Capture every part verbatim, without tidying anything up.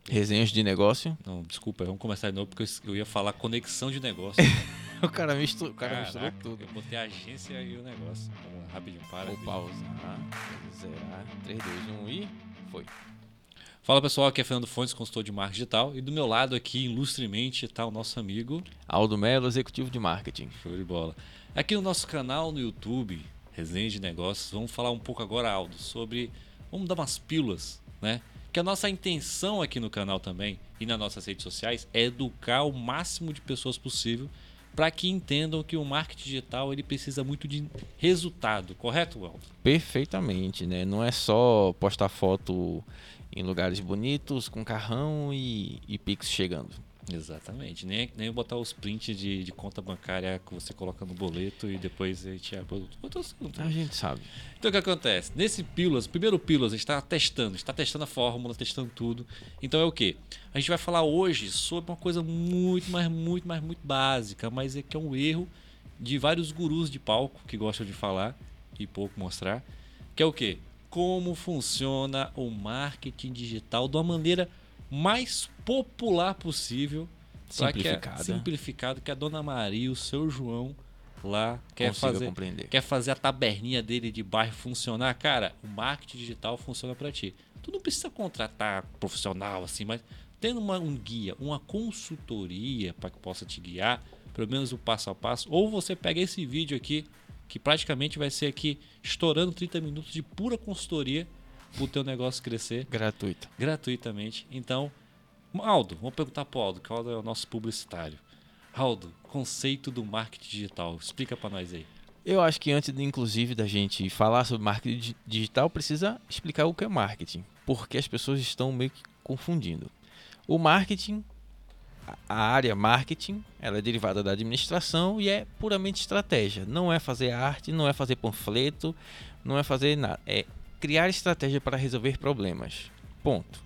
Resenhas de negócio. Não, desculpa, vamos começar de novo porque eu ia falar conexão de negócio. O cara misturou, o cara misturou Caraca, tudo. eu botei a agência e o negócio. Vamos lá, rapidinho, para. Vou rapidinho. pausar, zerar, três, dois, um e foi. Fala pessoal, aqui é Fernando Fontes, consultor de marketing digital. E do meu lado aqui, ilustremente, está o nosso amigo Aldo Melo, executivo de marketing. Show de bola. Aqui no nosso canal no YouTube, Resenha de Negócios, vamos falar um pouco agora, Aldo, sobre... Vamos dar umas pílulas, né? Que a nossa intenção aqui no canal também e nas nossas redes sociais é educar o máximo de pessoas possível para que entendam que o marketing digital ele precisa muito de resultado, correto, Aldo? Perfeitamente, né? Não é só postar foto em lugares bonitos, com carrão e, e Pix chegando. Exatamente, nem, nem botar os prints de, de conta bancária que você coloca no boleto e depois a gente abre outro assunto. A gente sabe. Então o que acontece? Nesse Pílulas, primeiro Pílulas, a gente está testando, está testando a fórmula, testando tudo. Então é o que? A gente vai falar hoje sobre uma coisa muito, mas muito, mas muito básica, mas é que é um erro de vários gurus de palco que gostam de falar e pouco mostrar, que é o que? Como funciona o marketing digital de uma maneira mais popular possível, Simplificada. Que é, simplificado, que a Dona Maria, o seu João lá quer Consiga fazer, compreender. quer fazer a taberninha dele de bairro funcionar. Cara, o marketing digital funciona para ti. Tu não precisa contratar profissional assim, mas tendo uma, um guia, uma consultoria para que possa te guiar, pelo menos o passo a passo, ou você pega esse vídeo aqui, que praticamente vai ser aqui estourando trinta minutos de pura consultoria para o teu negócio crescer. Gratuito. Gratuitamente. Então, Aldo, vamos perguntar para o Aldo, que o Aldo é o nosso publicitário. Aldo, conceito do marketing digital, explica para nós aí. Eu acho que antes, inclusive, da gente falar sobre marketing digital, precisa explicar o que é marketing, porque as pessoas estão meio que confundindo. O marketing, a área marketing, ela é derivada da administração e é puramente estratégia. Não é fazer arte, não é fazer panfleto, não é fazer nada. É criar estratégia para resolver problemas. Ponto.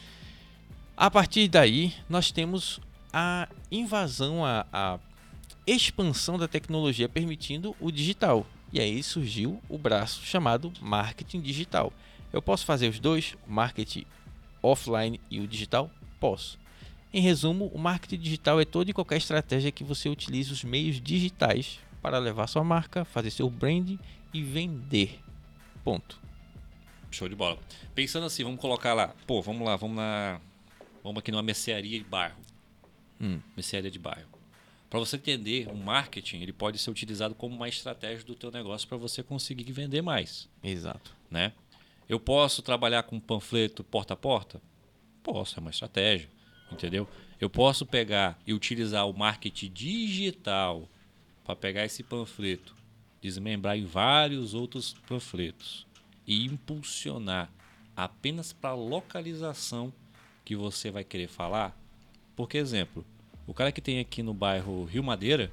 A partir daí, nós temos a invasão, a, a expansão da tecnologia permitindo o digital. E aí surgiu o braço chamado marketing digital. Eu posso fazer os dois, o marketing offline e o digital? Posso. Em resumo, o marketing digital é toda e qualquer estratégia que você utilize os meios digitais para levar sua marca, fazer seu branding e vender. Ponto. Show de bola. Pensando assim, vamos colocar lá, pô, vamos lá, vamos na, vamos aqui numa mercearia de bairro. Hum. Mercearia de bairro. Para você entender, o marketing ele pode ser utilizado como uma estratégia do teu negócio para você conseguir vender mais. Exato. Né? Eu posso trabalhar com panfleto porta a porta? Posso, é uma estratégia, entendeu? Eu posso pegar e utilizar o marketing digital para pegar esse panfleto, desmembrar em vários outros panfletos e impulsionar apenas para a localização que você vai querer falar. Por exemplo, o cara que tem aqui no bairro Rio Madeira,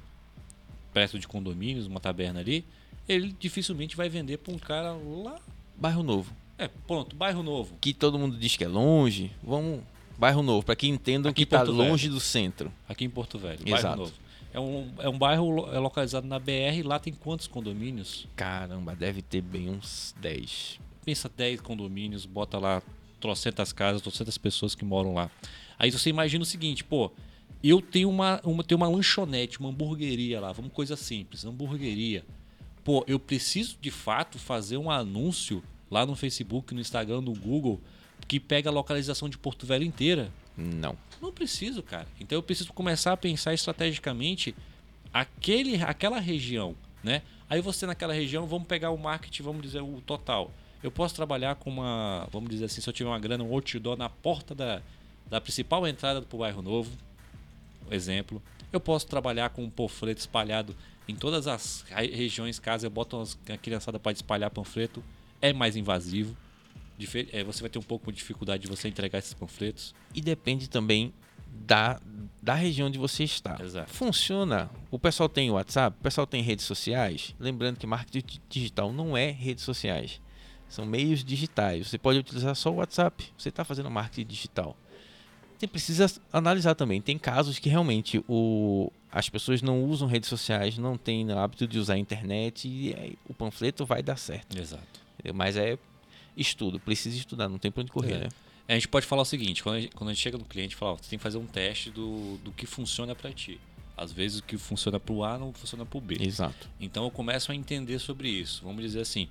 perto de condomínios, uma taberna ali, ele dificilmente vai vender para um cara lá. Bairro Novo. É, pronto, bairro Novo. Que todo mundo diz que é longe. Vamos. Bairro Novo, para que entendam Aqui que está Porto longe Velho. do centro. Aqui em Porto Velho, Exato. bairro Novo. É um, é um bairro lo- é localizado na B R, lá tem quantos condomínios? Caramba, deve ter bem uns dez. Pensa dez condomínios, bota lá trocentas casas, trocentas pessoas que moram lá. Aí você imagina o seguinte, pô, eu tenho uma, uma, tenho uma lanchonete, uma hamburgueria lá, vamos coisa simples, hamburgueria. Pô, eu preciso de fato fazer um anúncio lá no Facebook, no Instagram, no Google, que pega a localização de Porto Velho inteira. Não. Não preciso, cara. Então eu preciso começar a pensar estrategicamente aquele, aquela região, né? Aí você naquela região, vamos pegar o marketing, vamos dizer o total. Eu posso trabalhar com uma, vamos dizer assim, se eu tiver uma grana, um outdoor na porta da, da principal entrada do bairro Novo, exemplo. Eu posso trabalhar com um panfleto espalhado em todas as regiões, caso eu boto a criançada para espalhar panfleto, é mais invasivo. Você vai ter um pouco de dificuldade de você entregar esses panfletos. E depende também da, da região onde você está. Exato. Funciona. O pessoal tem WhatsApp, o pessoal tem redes sociais. Lembrando que marketing digital não é redes sociais. São meios digitais. Você pode utilizar só o WhatsApp. Você está fazendo marketing digital. Você precisa analisar também. Tem casos que realmente o, as pessoas não usam redes sociais, não têm o hábito de usar a internet e aí, o panfleto vai dar certo. Exato. Mas é estudo, precisa estudar, não tem pra onde correr, é. né? A gente pode falar o seguinte, quando a gente, quando a gente chega no cliente, fala, ó, você tem que fazer um teste do, do que funciona para ti. Às vezes o que funciona para o A não funciona para o B. Exato. Então eu começo a entender sobre isso. Vamos dizer assim,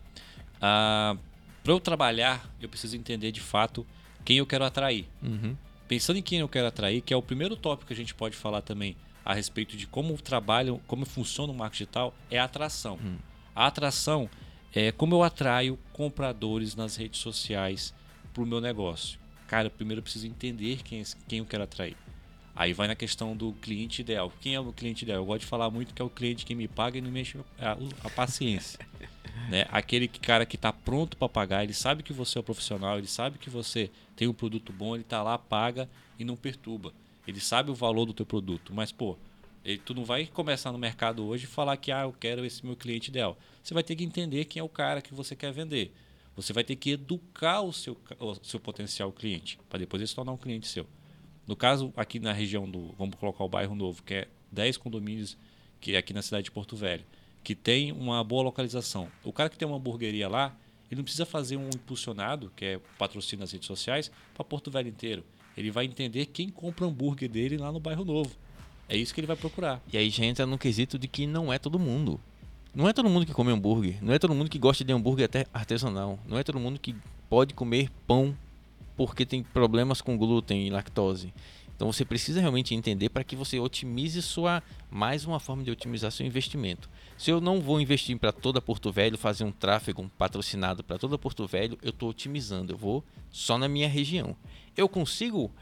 ah, para eu trabalhar, eu preciso entender de fato quem eu quero atrair. Uhum. Pensando em quem eu quero atrair, que é o primeiro tópico que a gente pode falar também a respeito de como trabalham, como funciona o marketing digital, é a atração. Hum. A atração é como eu atraio compradores nas redes sociais para o meu negócio. Cara, primeiro eu preciso entender quem, quem eu quero atrair. Aí vai na questão do cliente ideal. Quem é o cliente ideal? Eu gosto de falar muito que é o cliente que me paga e não me enche a, a paciência. Né? Aquele cara que está pronto para pagar, ele sabe que você é um profissional, ele sabe que você tem um produto bom, ele está lá, paga e não perturba. Ele sabe o valor do teu produto, mas pô, ele, tu não vai começar no mercado hoje e falar que ah, eu quero esse meu cliente ideal. Você vai ter que entender quem é o cara que você quer vender. Você vai ter que educar o seu, o seu potencial cliente, para depois ele se tornar um cliente seu. No caso, aqui na região do, vamos colocar o bairro Novo, que é dez condomínios, que é aqui na cidade de Porto Velho, que tem uma boa localização. O cara que tem uma hamburgueria lá, ele não precisa fazer um impulsionado, que é patrocínio nas redes sociais, para Porto Velho inteiro. Ele vai entender quem compra hambúrguer dele lá no bairro Novo. É isso que ele vai procurar. E aí já entra no quesito de que não é todo mundo. Não é todo mundo que come hambúrguer. Não é todo mundo que gosta de hambúrguer até artesanal. Não é todo mundo que pode comer pão porque tem problemas com glúten e lactose. Então você precisa realmente entender para que você otimize sua... Mais uma forma de otimizar seu investimento. Se eu não vou investir para toda Porto Velho, fazer um tráfego patrocinado para toda Porto Velho, eu estou otimizando. Eu vou só na minha região. Eu consigo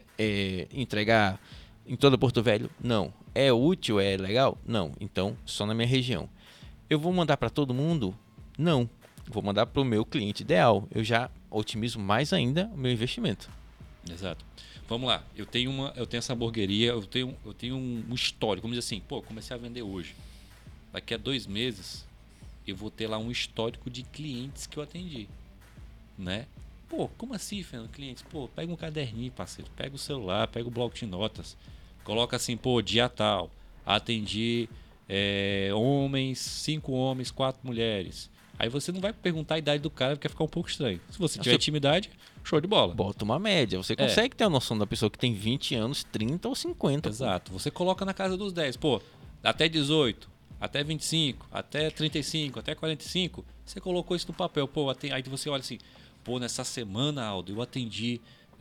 é, entregar em toda Porto Velho? Não. É útil? É legal? Não. Então, só na minha região. Eu vou mandar para todo mundo? Não. Vou mandar para o meu cliente ideal. Eu já otimizo mais ainda o meu investimento. Exato. Vamos lá. Eu tenho uma, eu tenho essa hamburgueria, eu tenho, eu tenho um histórico. Vamos dizer assim, pô, comecei a vender hoje. Daqui a dois meses, eu vou ter lá um histórico de clientes que eu atendi, né? Pô, como assim, Fernando? Clientes? Pô, pega um caderninho, parceiro. Pega o celular, pega o bloco de notas. Coloca assim, pô, dia tal. Atendi é, homens, cinco homens, quatro mulheres. Aí você não vai perguntar a idade do cara, porque vai ficar um pouco estranho. Se você tiver intimidade, show de bola. Bota uma média. Você consegue é. ter a noção da pessoa que tem vinte anos, trinta ou cinquenta. Exato. Pô. Você coloca na casa dos dez. Pô, até dezoito, até vinte e cinco, até trinta e cinco, até quarenta e cinco. Você colocou isso no papel. Pô, aí você olha assim, pô, nessa semana, Aldo, eu atendi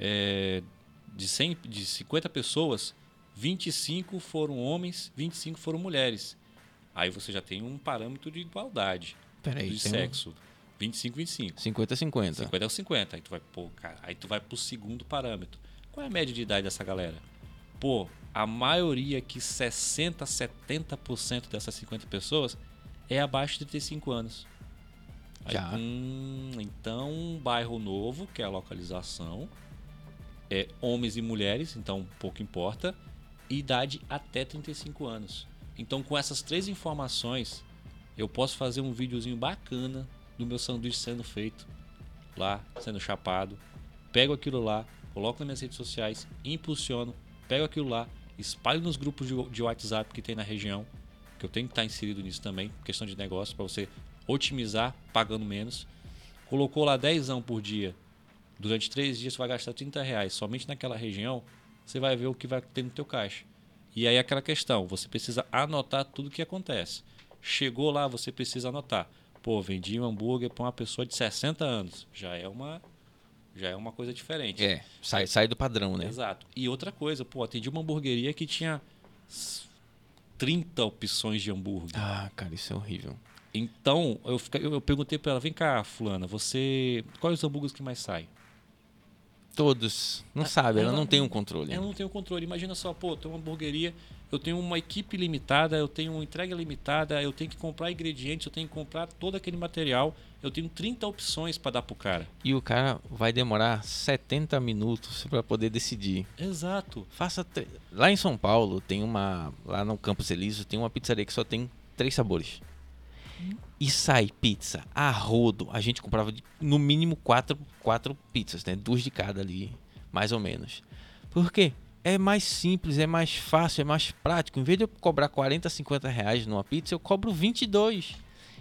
é, de, cem, de cinquenta pessoas, vinte e cinco foram homens, vinte e cinco foram mulheres. Aí você já tem um parâmetro de igualdade. Peraí, de sexo. Um... vinte e cinco, vinte e cinco. cinquenta a cinquenta. cinquenta a cinquenta. Aí tu vai, pô, cara, aí tu vai pro segundo parâmetro. Qual é a média de idade dessa galera? Pô, a maioria que sessenta, setenta por cento dessas cinquenta pessoas é abaixo de trinta e cinco anos. Aí, Já. Hum, então, bairro Novo, que é a localização, é homens e mulheres, então pouco importa, e idade até trinta e cinco anos. Então, com essas três informações, eu posso fazer um videozinho bacana do meu sanduíche sendo feito lá, sendo chapado. Pego aquilo lá, coloco nas minhas redes sociais, impulsiono, pego aquilo lá, espalho nos grupos de, de WhatsApp que tem na região, que eu tenho que estar inserido nisso também, questão de negócio, para você otimizar pagando menos. Colocou lá dezão por dia, durante três dias você vai gastar trinta reais somente naquela região, você vai ver o que vai ter no teu caixa. E aí aquela questão, você precisa anotar tudo o que acontece. Chegou lá, você precisa anotar. Pô, vendi um hambúrguer para uma pessoa de sessenta anos. Já é uma, já é uma coisa diferente. É, sai, sai do padrão, né? Exato. E outra coisa, pô, atendi uma hamburgueria que tinha trinta opções de hambúrguer. Ah, cara, isso é horrível. Então, eu, eu, eu perguntei para ela, vem cá, fulana, você... quais os hambúrgueres que mais saem? Todos. Não ah, sabe, ela, ela não tem um controle. Ela não tem um controle. Imagina só, pô, tem uma hamburgueria, eu tenho uma equipe limitada, eu tenho uma entrega limitada, eu tenho que comprar ingredientes, eu tenho que comprar todo aquele material, eu tenho trinta opções para dar pro cara. E o cara vai demorar setenta minutos para poder decidir. Exato. Faça tre... Lá em São Paulo, tem uma... Lá no Campos Elíseos, tem uma pizzaria que só tem três sabores. Hum. E sai pizza a rodo. A gente comprava de, no mínimo quatro, quatro pizzas, né? Duas de cada ali, mais ou menos. Por quê? É mais simples, é mais fácil, é mais prático. Em vez de eu cobrar quarenta, cinquenta reais numa pizza, eu cobro vinte e dois.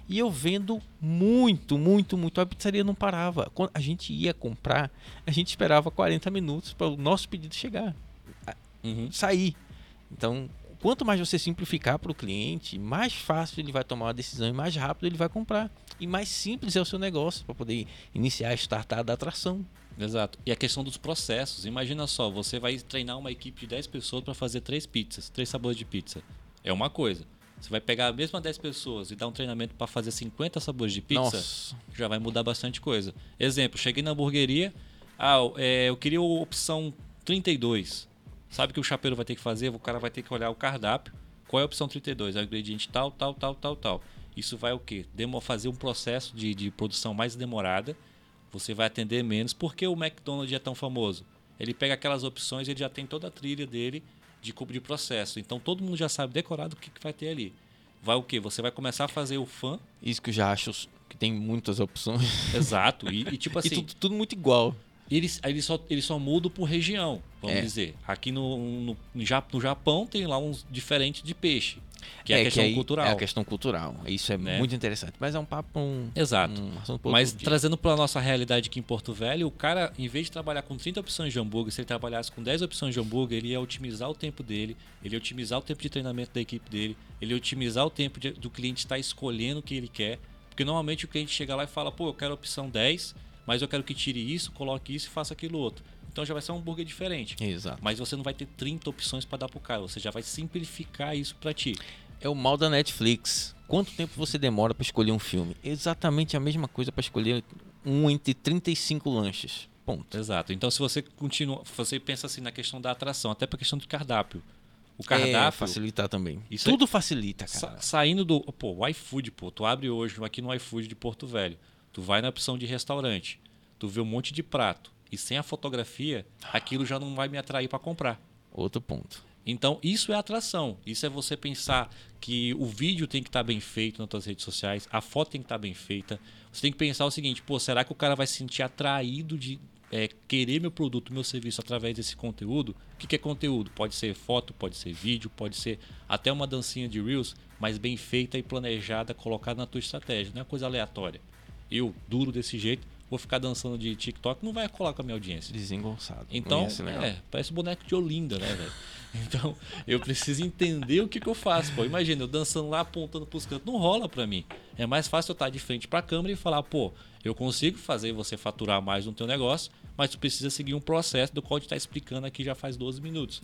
E eu vendo muito, muito, muito. A pizzaria não parava. Quando a gente ia comprar, a gente esperava quarenta minutos para o nosso pedido chegar, Uhum. sair. Então, quanto mais você simplificar para o cliente, mais fácil ele vai tomar uma decisão e mais rápido ele vai comprar. E mais simples é o seu negócio para poder iniciar a startup da atração. Exato. E a questão dos processos. Imagina só, você vai treinar uma equipe de dez pessoas para fazer três pizzas, três sabores de pizza. É uma coisa. Você vai pegar a mesma dez pessoas e dar um treinamento para fazer cinquenta sabores de pizza, Nossa. já vai mudar bastante coisa. Exemplo, cheguei na hamburgueria, ah, é, eu queria a opção trinta e dois. Sabe o que o chapeiro vai ter que fazer? O cara vai ter que olhar o cardápio. Qual é a opção trinta e dois? É o ingrediente tal, tal, tal, tal, tal. Isso vai o quê? Demo, fazer um processo de, de produção mais demorada. Você vai atender menos. Por que o McDonald's é tão famoso? Ele pega aquelas opções e ele já tem toda a trilha dele de cubo de processo. Então todo mundo já sabe decorado o que, que vai ter ali. Vai o quê? Você vai começar a fazer o fã. Isso que eu já acho que tem muitas opções. Exato. E, e tipo assim. E tudo, tudo muito igual. Eles, eles, só, eles só mudam por região, vamos É. dizer. Aqui no, no, no Japão tem lá uns diferentes de peixe, que é, É, a questão aí cultural. É a questão cultural. Isso é Né? muito interessante. Mas é um papo. Um, Exato. Um assunto pra Mas outro dia. trazendo para a nossa realidade aqui em Porto Velho, o cara, em vez de trabalhar com trinta opções de hambúrguer, se ele trabalhasse com dez opções de hambúrguer, ele ia otimizar o tempo dele, ele ia otimizar o tempo de treinamento da equipe dele, ele ia otimizar o tempo de, do cliente estar escolhendo o que ele quer. Porque normalmente o cliente chega lá e fala, pô, eu quero a opção dez, mas eu quero que tire isso, coloque isso e faça aquilo outro. Então já vai ser um hambúrguer diferente. Exato. Mas você não vai ter trinta opções para dar pro cara, você já vai simplificar isso para ti. É o mal da Netflix. Quanto tempo você demora para escolher um filme? Exatamente a mesma coisa para escolher um entre trinta e cinco lanches. Ponto. Exato. Então se você continua, você pensa assim na questão da atração, até para a questão do cardápio. O É, cardápio facilitar também. Isso Tudo facilita, sa- cara. saindo do, pô, o iFood, pô, tu abre hoje aqui no iFood de Porto Velho, tu vai na opção de restaurante, tu vê um monte de prato e sem a fotografia, aquilo já não vai me atrair para comprar. Outro ponto. Então, isso é atração. Isso é você pensar que o vídeo tem que estar bem feito nas suas redes sociais, a foto tem que estar bem feita. Você tem que pensar o seguinte, pô, será que o cara vai se sentir atraído de é, querer meu produto, meu serviço através desse conteúdo? O que, que é conteúdo? Pode ser foto, pode ser vídeo, pode ser até uma dancinha de Reels, mas bem feita e planejada, colocada na tua estratégia. Não é coisa aleatória. Eu, duro desse jeito, vou ficar dançando de TikTok, não vai colar com a minha audiência. Desengonçado. Então, Não ia ser legal. é, parece boneco de Olinda, né, velho? Então, eu preciso entender o que, que eu faço, pô. Imagina, eu dançando lá, apontando pros cantos. Não rola pra mim. É mais fácil eu estar de frente pra câmera e falar, pô, eu consigo fazer você faturar mais no teu negócio, mas tu precisa seguir um processo do qual a gente tá explicando aqui já faz doze minutos.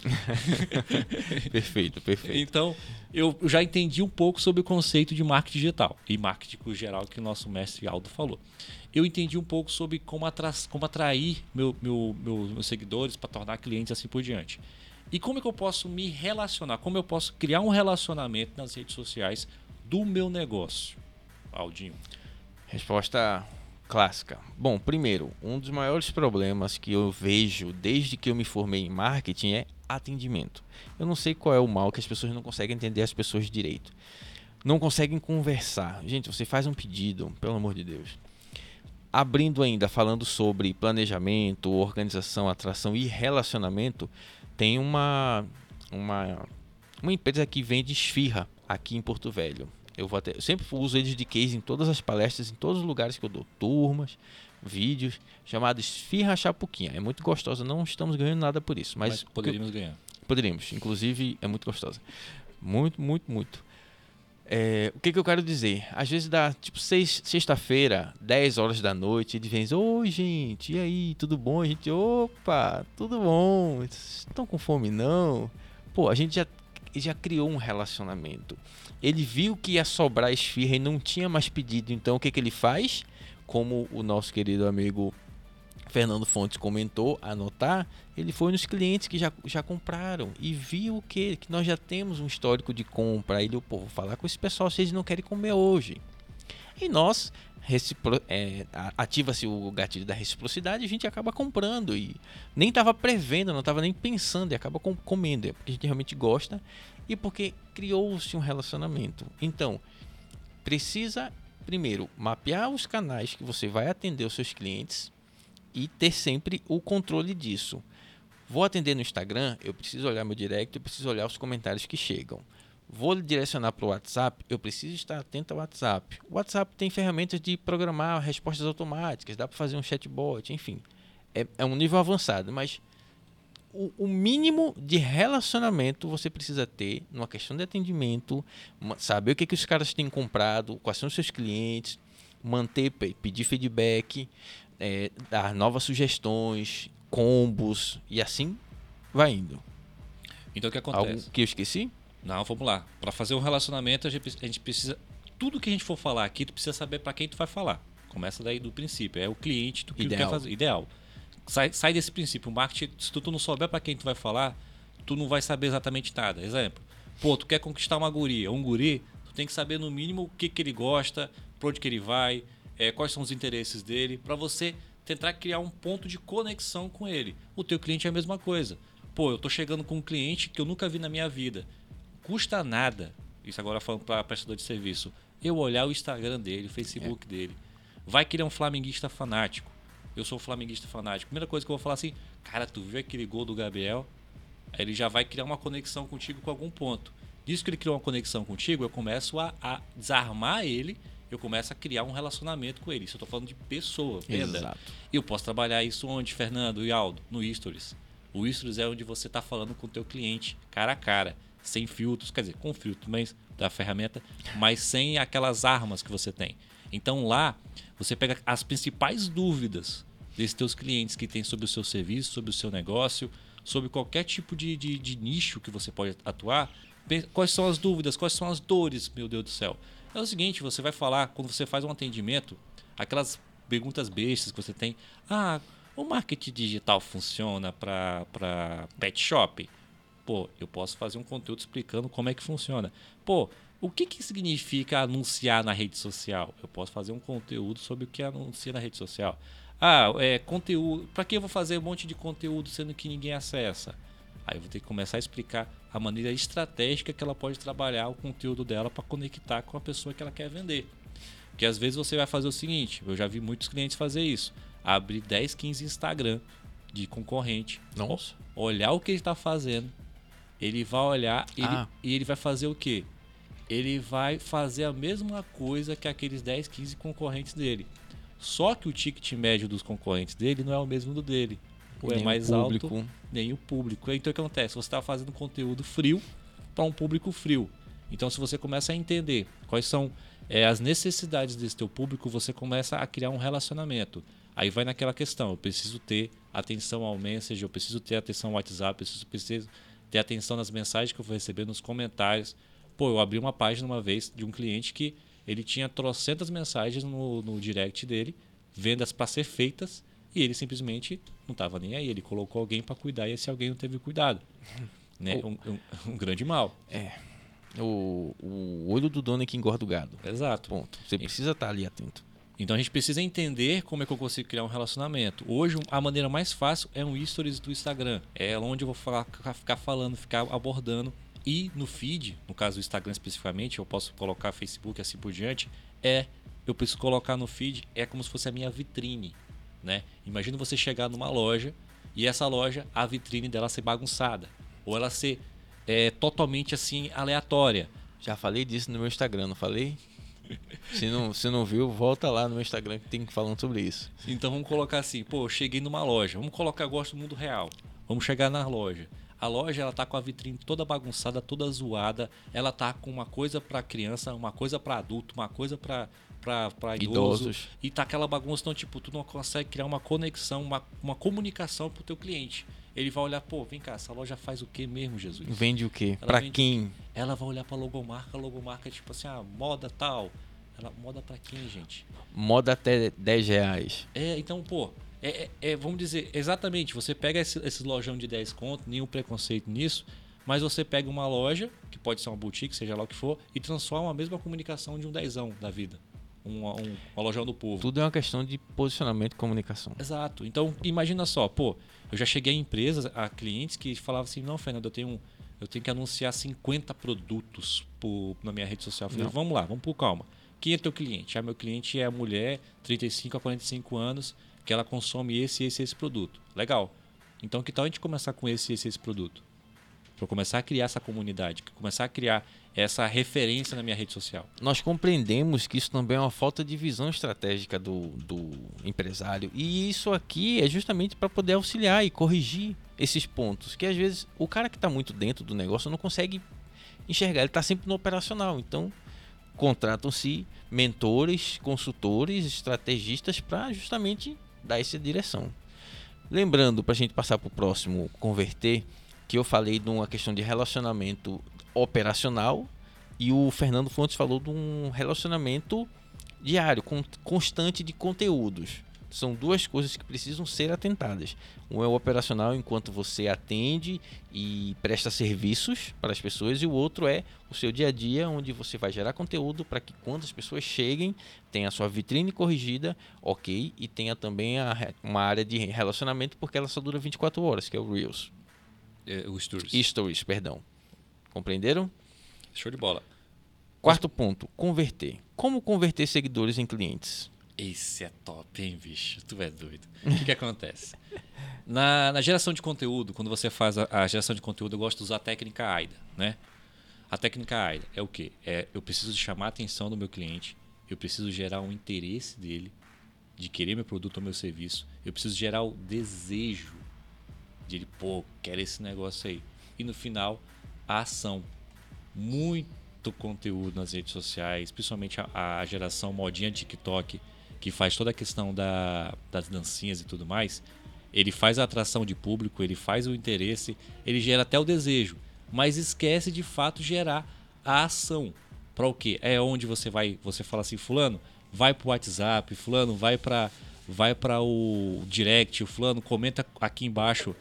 Perfeito, perfeito. Então, eu já entendi um pouco sobre o conceito de marketing digital e marketing geral que o nosso mestre Aldo falou. Eu entendi um pouco sobre como, atra como atrair meu, meu, meu, meus seguidores para tornar clientes assim por diante. E como é que eu posso me relacionar? Como eu posso criar um relacionamento nas redes sociais do meu negócio? Aldinho. Resposta clássica. Bom, primeiro, um dos maiores problemas que eu vejo desde que eu me formei em marketing é atendimento. Eu não sei qual é o mal que as pessoas não conseguem entender as pessoas direito. Não conseguem conversar. Gente, você faz um pedido, pelo amor de Deus. Abrindo ainda, falando sobre planejamento, organização, atração e relacionamento, tem uma, uma, uma empresa que vende esfirra aqui em Porto Velho. Eu, vou até, eu sempre uso eles de case em todas as palestras, em todos os lugares que eu dou turmas, vídeos, chamado Esfirra Chapuquinha. É muito gostosa, não estamos ganhando nada por isso. Mas, Mas poderíamos ganhar. Poderíamos, inclusive é muito gostosa. Muito, muito, muito. É, o que, que eu quero dizer? Às vezes dá tipo seis, sexta-feira, dez horas da noite, ele vem, oi gente, e aí, tudo bom? A gente, opa, tudo bom? Vocês estão com fome não? Pô, a gente já, já criou um relacionamento. Ele viu que ia sobrar esfirra e não tinha mais pedido, então o que, que ele faz? Como o nosso querido amigo Fernando Fontes comentou, anotar, ele foi nos clientes que já, já compraram e viu o que? Que nós já temos um histórico de compra. Aí ele, pô, vou falar com esse pessoal se eles não querem comer hoje. E nós, é, ativa-se o gatilho da reciprocidade e a gente acaba comprando. E nem estava prevendo, não estava nem pensando e acaba com, comendo. É porque a gente realmente gosta e porque criou-se um relacionamento. Então, precisa, primeiro, mapear os canais que você vai atender os seus clientes e ter sempre o controle disso. Vou atender no Instagram, eu preciso olhar meu direct, eu preciso olhar os comentários que chegam. Vou direcionar para o WhatsApp, eu preciso estar atento ao WhatsApp. O WhatsApp tem ferramentas de programar respostas automáticas, dá para fazer um chatbot, enfim. É, é um nível avançado, mas o, o mínimo de relacionamento você precisa ter numa questão de atendimento, saber o que, que os caras têm comprado, quais são os seus clientes, manter, pedir feedback, é, dar novas sugestões, combos e assim vai indo. Então o que acontece? Algo que eu esqueci? Não, vamos lá. Para fazer um relacionamento, a gente, a gente precisa... Tudo que a gente for falar aqui, tu precisa saber para quem tu vai falar. Começa daí do princípio. É o cliente tu que Ideal. quer fazer. Ideal. Sai, sai desse princípio. O marketing, se tu, tu não souber para quem tu vai falar, tu não vai saber exatamente nada. Exemplo. Pô, tu quer conquistar uma guria. Um guri, tu tem que saber no mínimo o que, que ele gosta, para onde que ele vai, é, quais são os interesses dele, para você tentar criar um ponto de conexão com ele. O teu cliente é a mesma coisa. Pô, eu tô chegando com um cliente que eu nunca vi na minha vida. Custa nada, isso agora falando para prestador de serviço, eu olhar o Instagram dele, o Facebook é. dele. Vai que ele é um flamenguista fanático. Eu sou um flamenguista fanático. Primeira coisa que eu vou falar assim, cara, tu viu aquele gol do Gabriel? Aí ele já vai criar uma conexão contigo com algum ponto. Disso que ele criou uma conexão contigo, eu começo a, a desarmar ele, eu começo a criar um relacionamento com ele. Isso eu tô falando de pessoa, venda. Exato. E eu posso trabalhar isso onde, Fernando e Aldo? No Stories. O Stories é onde você está falando com o teu cliente, cara a cara. Sem filtros, quer dizer, com filtro mas, da ferramenta, mas sem aquelas armas que você tem. Então lá, você pega as principais dúvidas desses teus clientes que tem sobre o seu serviço, sobre o seu negócio, sobre qualquer tipo de, de, de nicho que você pode atuar. Quais são as dúvidas, quais são as dores, meu Deus do céu. É o seguinte, você vai falar, quando você faz um atendimento, aquelas perguntas bestas que você tem. Ah, o marketing digital funciona para pet shop? Pô, eu posso fazer um conteúdo explicando como é que funciona. Pô, o que, que significa anunciar na rede social? Eu posso fazer um conteúdo sobre o que anuncia na rede social. Ah, é conteúdo. Para que eu vou fazer um monte de conteúdo sendo que ninguém acessa? Aí eu vou ter que começar a explicar a maneira estratégica que ela pode trabalhar o conteúdo dela para conectar com a pessoa que ela quer vender. Porque às vezes você vai fazer o seguinte, eu já vi muitos clientes fazer isso. Abrir dez, quinze Instagram de concorrente. Nossa. Olhar o que ele está fazendo. Ele vai olhar ele, ah. e ele vai fazer o quê? Ele vai fazer a mesma coisa que aqueles dez, quinze concorrentes dele. Só que o ticket médio dos concorrentes dele não é o mesmo do dele. Ou é mais alto, nem o público. Então o que acontece? Você está fazendo conteúdo frio para um público frio. Então se você começa a entender quais são é, as necessidades desse teu público, você começa a criar um relacionamento. Aí vai naquela questão, eu preciso ter atenção ao message, eu preciso ter atenção ao WhatsApp, eu preciso... preciso ter atenção nas mensagens que eu vou receber, nos comentários. Pô, eu abri uma página uma vez de um cliente que ele tinha trocentas mensagens no, no direct dele, vendas para ser feitas, e ele simplesmente não estava nem aí. Ele colocou alguém para cuidar e esse alguém não teve cuidado. Né? Um, um, um grande mal. É. O, o olho do dono é que engorda o gado. Exato. Ponto. Você precisa estar ali atento. Então a gente precisa entender como é que eu consigo criar um relacionamento. Hoje a maneira mais fácil é um stories do Instagram. É onde eu vou falar, ficar falando, ficar abordando. E no feed, no caso do Instagram especificamente, eu posso colocar Facebook e assim por diante. É, eu preciso colocar no feed, é como se fosse a minha vitrine. Né? Imagina você chegar numa loja e essa loja, a vitrine dela ser bagunçada. Ou ela ser é, totalmente assim aleatória. Já falei disso no meu Instagram, não falei? Se não, se não viu, volta lá no meu Instagram que tem falando sobre isso. Então vamos colocar assim, pô, eu cheguei numa loja. Vamos colocar, eu gosto do mundo real. Vamos chegar na loja. A loja ela tá com a vitrine toda bagunçada, toda zoada. Ela tá com uma coisa para criança, uma coisa para adulto, uma coisa para para idoso. Idosos. E tá aquela bagunça, então tipo, tu não consegue criar uma conexão, uma, uma comunicação pro teu cliente. Ele vai olhar, pô, vem cá, essa loja faz o que mesmo, Jesus? Vende o quê? Ela pra vende... quem? Ela vai olhar pra logomarca, a logomarca é tipo assim, ah, moda tal. Ela, moda pra quem, gente? Moda até dez reais. É, então, pô, é, é, é, vamos dizer, exatamente, você pega esse, esse lojão de dez conto, nenhum preconceito nisso, mas você pega uma loja, que pode ser uma boutique, seja lá o que for, e transforma a mesma comunicação de um dezão da vida. Um, um, uma lojão do povo. Tudo é uma questão de posicionamento e comunicação. Exato. Então, imagina só, pô, eu já cheguei em empresas, a clientes que falavam assim, não, Fernando, eu tenho, eu tenho que anunciar cinquenta produtos por, na minha rede social. Eu falei, não. vamos lá, vamos por calma. Quem é teu cliente? Ah, meu cliente é a mulher, trinta e cinco a quarenta e cinco anos, que ela consome esse, esse, esse produto. Legal. Então, que tal a gente começar com esse, esse, esse produto? para começar a criar essa comunidade, começar a criar essa referência na minha rede social. Nós compreendemos que isso também é uma falta de visão estratégica do, do empresário. E isso aqui é justamente para poder auxiliar e corrigir esses pontos. Que às vezes o cara que está muito dentro do negócio não consegue enxergar, ele está sempre no operacional. Então, contratam-se mentores, consultores, estrategistas para justamente dar essa direção. Lembrando, para a gente passar para o próximo, converter, que eu falei de uma questão de relacionamento operacional e o Fernando Fontes falou de um relacionamento diário, constante de conteúdos. São duas coisas que precisam ser atentadas. Um é o operacional, enquanto você atende e presta serviços para as pessoas, e o outro é o seu dia a dia, onde você vai gerar conteúdo para que quando as pessoas cheguem, tenha a sua vitrine corrigida, ok, e tenha também a, uma área de relacionamento, porque ela só dura vinte e quatro horas, que é o Reels. É, o Stories. Stories, perdão. Compreenderam? Show de bola. Quarto ponto, converter. Como converter seguidores em clientes? Esse é top, hein, bicho? Tu é doido. O que, que acontece? Na, na geração de conteúdo, quando você faz a, a geração de conteúdo, eu gosto de usar a técnica AIDA, né? A técnica AIDA é o quê? É, eu preciso chamar a atenção do meu cliente, eu preciso gerar um interesse dele, de querer meu produto ou meu serviço, eu preciso gerar o desejo de ele, pô, quero esse negócio aí. E no final, a ação. Muito conteúdo nas redes sociais, principalmente a, a geração modinha TikTok, que faz toda a questão da, das dancinhas e tudo mais. Ele faz a atração de público, ele faz o interesse, ele gera até o desejo, mas esquece de fato gerar a ação. Para o quê? É onde você vai, você fala assim, fulano, vai pro WhatsApp, fulano, vai para vai para o direct, o fulano comenta aqui embaixo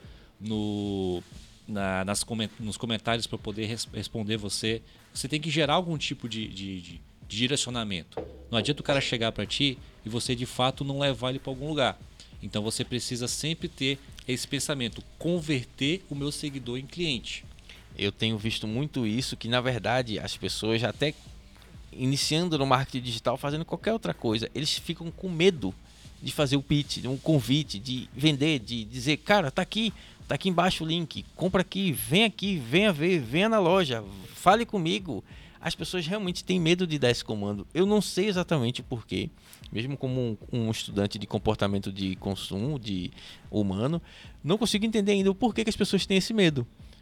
no Na, nas, nos comentários para poder res, responder você. Você tem que gerar algum tipo de, de, de, de direcionamento. Não adianta o cara chegar para ti e você de fato não levar ele para algum lugar. Então você precisa sempre ter esse pensamento, converter o meu seguidor em cliente. Eu tenho visto muito isso, que na verdade as pessoas até iniciando no marketing digital, fazendo qualquer outra coisa, eles ficam com medo de fazer o pitch, um convite, de vender, de dizer, cara, tá aqui, tá aqui embaixo o link, compra aqui, vem aqui, venha ver, venha na loja, fale comigo. As pessoas realmente têm medo de dar esse comando. Eu não sei exatamente porquê, mesmo como um, um estudante de comportamento de consumo, de humano, não consigo entender ainda o porquê que as pessoas têm esse medo.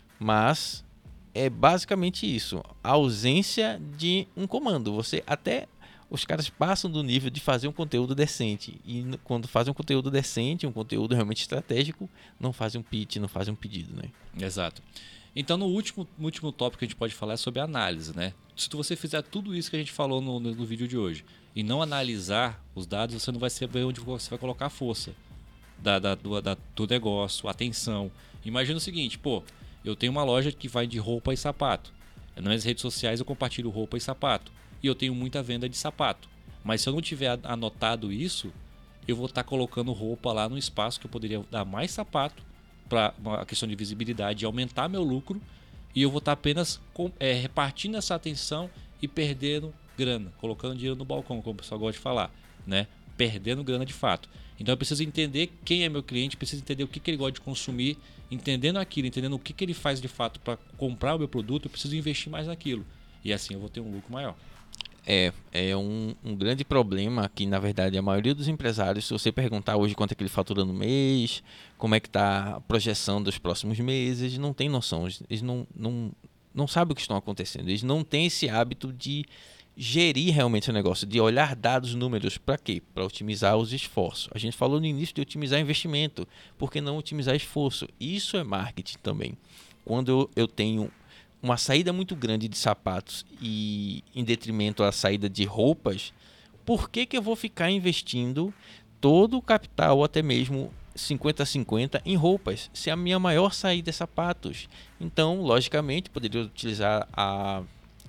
Mas é basicamente isso, a ausência de um comando. Você até... Os caras passam do nível de fazer um conteúdo decente. E quando fazem um conteúdo decente, um conteúdo realmente estratégico, não fazem um pitch, não fazem um pedido, né? Exato. Então, no último, no último tópico que a gente pode falar é sobre análise, né? Se você fizer tudo isso que a gente falou no, no, no vídeo de hoje e não analisar os dados, você não vai saber onde você vai colocar a força da, da, do, da, do negócio, atenção. Imagina o seguinte, pô, eu tenho uma loja que vai de roupa e sapato. Nas minhas redes sociais eu compartilho roupa e sapato. E eu tenho muita venda de sapato. Mas se eu não tiver anotado isso, eu vou estar tá colocando roupa lá no espaço que eu poderia dar mais sapato para uma questão de visibilidade e aumentar meu lucro. E eu vou estar tá apenas com, é, repartindo essa atenção e perdendo grana, colocando dinheiro no balcão, como o pessoal gosta de falar, né? Perdendo grana de fato. Então eu preciso entender quem é meu cliente, preciso entender o que, que ele gosta de consumir, entendendo aquilo, entendendo o que, que ele faz de fato para comprar o meu produto, eu preciso investir mais naquilo. E assim eu vou ter um lucro maior. É, é um, um grande problema que, na verdade, a maioria dos empresários, se você perguntar hoje quanto é que ele fatura no mês, como é que está a projeção dos próximos meses, não tem noção, eles não, não, não sabem o que estão acontecendo, eles não têm esse hábito de gerir realmente o negócio, de olhar dados, números, para quê? Para otimizar os esforços. A gente falou no início de otimizar investimento, por que não otimizar esforço? Isso é marketing também. Quando eu, eu tenho uma saída muito grande de sapatos e em detrimento à saída de roupas, por que, que eu vou ficar investindo todo o capital, ou até mesmo cinquenta a cinquenta em roupas, se a minha maior saída é sapatos? Então, logicamente, poderia utilizar a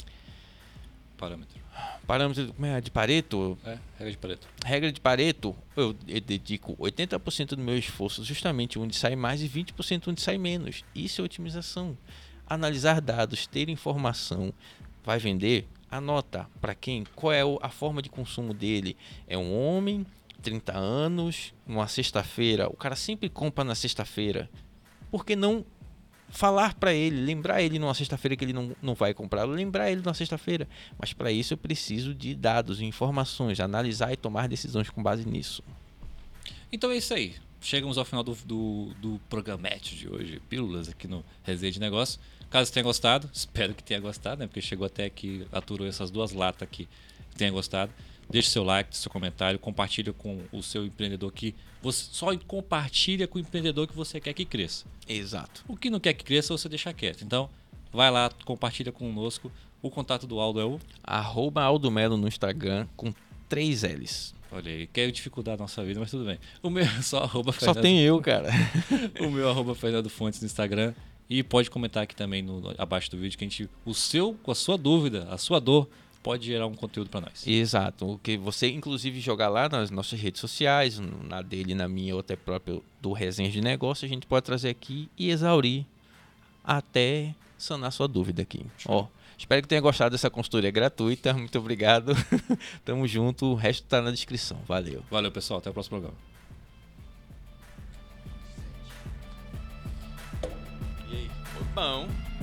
parâmetro. Parâmetro de Pareto? É, regra de Pareto. Regra de Pareto, eu, eu dedico oitenta por cento do meu esforço justamente onde sai mais e vinte por cento onde sai menos. Isso é otimização. Analisar dados, ter informação, vai vender? Anota para quem, qual é a forma de consumo dele. É um homem, trinta anos, uma sexta-feira, o cara sempre compra na sexta-feira. Por que não falar para ele, lembrar ele numa sexta-feira que ele não, não vai comprar, lembrar ele numa sexta-feira. Mas para isso eu preciso de dados, informações, analisar e tomar decisões com base nisso. Então é isso aí. Chegamos ao final do, do, do programete de hoje, Pílulas aqui no Resenha de Negócio. Caso tenha gostado, espero que tenha gostado, né? Porque chegou até aqui, aturou essas duas latas aqui, que tenha gostado. Deixe seu like, seu comentário, compartilha com o seu empreendedor que você só compartilha com o empreendedor que você quer que cresça. Exato. O que não quer que cresça, você deixa quieto. Então, vai lá, compartilha conosco. O contato do Aldo é o... Arroba Aldo Melo no Instagram com três L's. Olha aí, quer dificultar a nossa vida, mas tudo bem. O meu é só arroba Só Fernando... tem eu, cara. O meu é arroba Fernando Fontes no Instagram. E pode comentar aqui também no, abaixo do vídeo que a gente, o seu, com a sua dúvida, a sua dor, pode gerar um conteúdo para nós. Exato. O que você, inclusive, jogar lá nas nossas redes sociais, na dele, na minha ou até próprio do Resenha de Negócio, a gente pode trazer aqui e exaurir até sanar sua dúvida aqui. Ó, espero que tenha gostado dessa consultoria gratuita. Muito obrigado. Tamo junto. O resto tá na descrição. Valeu. Valeu, pessoal. Até o próximo programa. E aí? Foi bom.